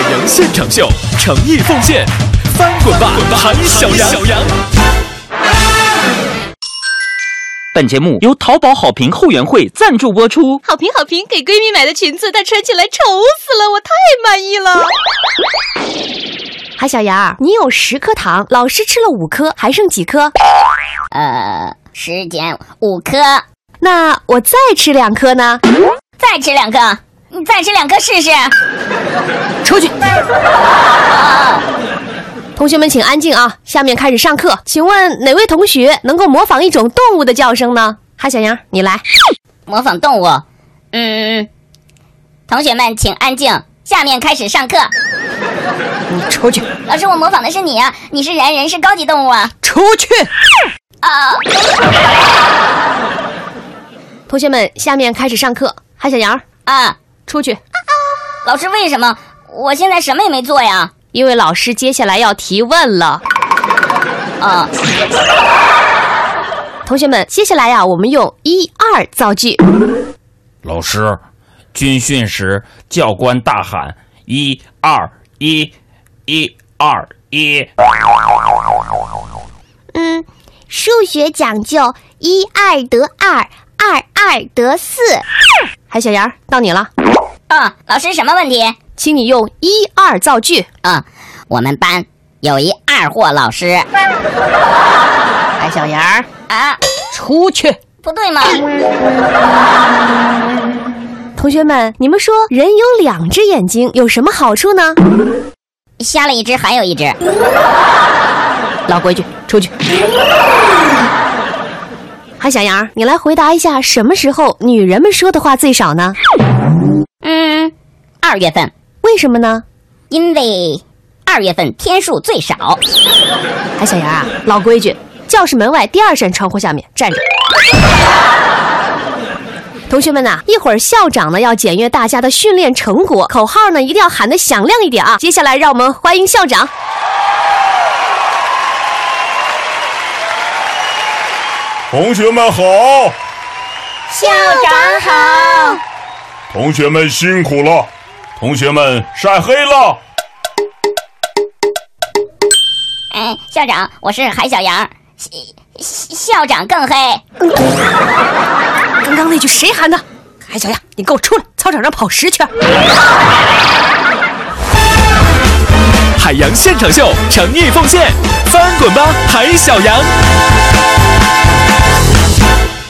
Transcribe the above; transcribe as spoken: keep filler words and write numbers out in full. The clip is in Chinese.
海洋现场秀，诚意奉献，翻滚吧，韩小羊！ 本节目由淘宝好评后援会赞助播出。 好评好评，给闺蜜买的裙子，她穿起来丑死了，我太满意了。韩小羊，你有十颗糖，老师吃了五颗，还剩几颗？ 呃，十减五颗。 那我再吃两颗呢？ 再吃两颗，你再吃两颗试试。 出去。同学们请安静啊！下面开始上课。请问哪位同学能够模仿一种动物的叫声呢？韩小羊，你来。 模仿动物？嗯，同学们请安静，下面开始上课。 你出去。 老师，我模仿的是你啊！你是人，人是高级动物啊！ 出去。啊！同学们，下面开始上课。韩小羊啊， 出去。 老师，为什么？我现在什么也没做呀。 因为老师接下来要提问了。 啊！ 同学们，接下来呀，我们用一二造句。 老师，军训时教官大喊一二一，一二一。 嗯，数学讲究一二得二，二二得四。 韩小羊，到你了。 啊，老师，什么问题？ 请你用一二造句。 啊，我们班有一二货老师。 韩小羊啊， 出去。 不对吗？ 同学们，你们说人有两只眼睛有什么好处呢？ 瞎了一只还有一只。 老规矩，出去。韩小羊，你来回答一下，什么时候女人们说的话最少呢？ 嗯，二月份。 为什么呢？ 因为二月份天数最少。 韩小羊啊，老规矩，教室门外第二扇窗户下面站着。同学们呐、啊，一会儿校长呢要检阅大家的训练成果，口号呢一定要喊得响亮一点啊！接下来让我们欢迎校长。 同学们好， 校长好， 同学们辛苦了，同学们晒黑了。 嗯，校长，我是韩小羊，校长更黑。 刚刚那句谁喊的？韩小羊，你给我出来，操场上跑十圈。 海洋现场秀，诚意奉献，翻滚吧，韩小羊！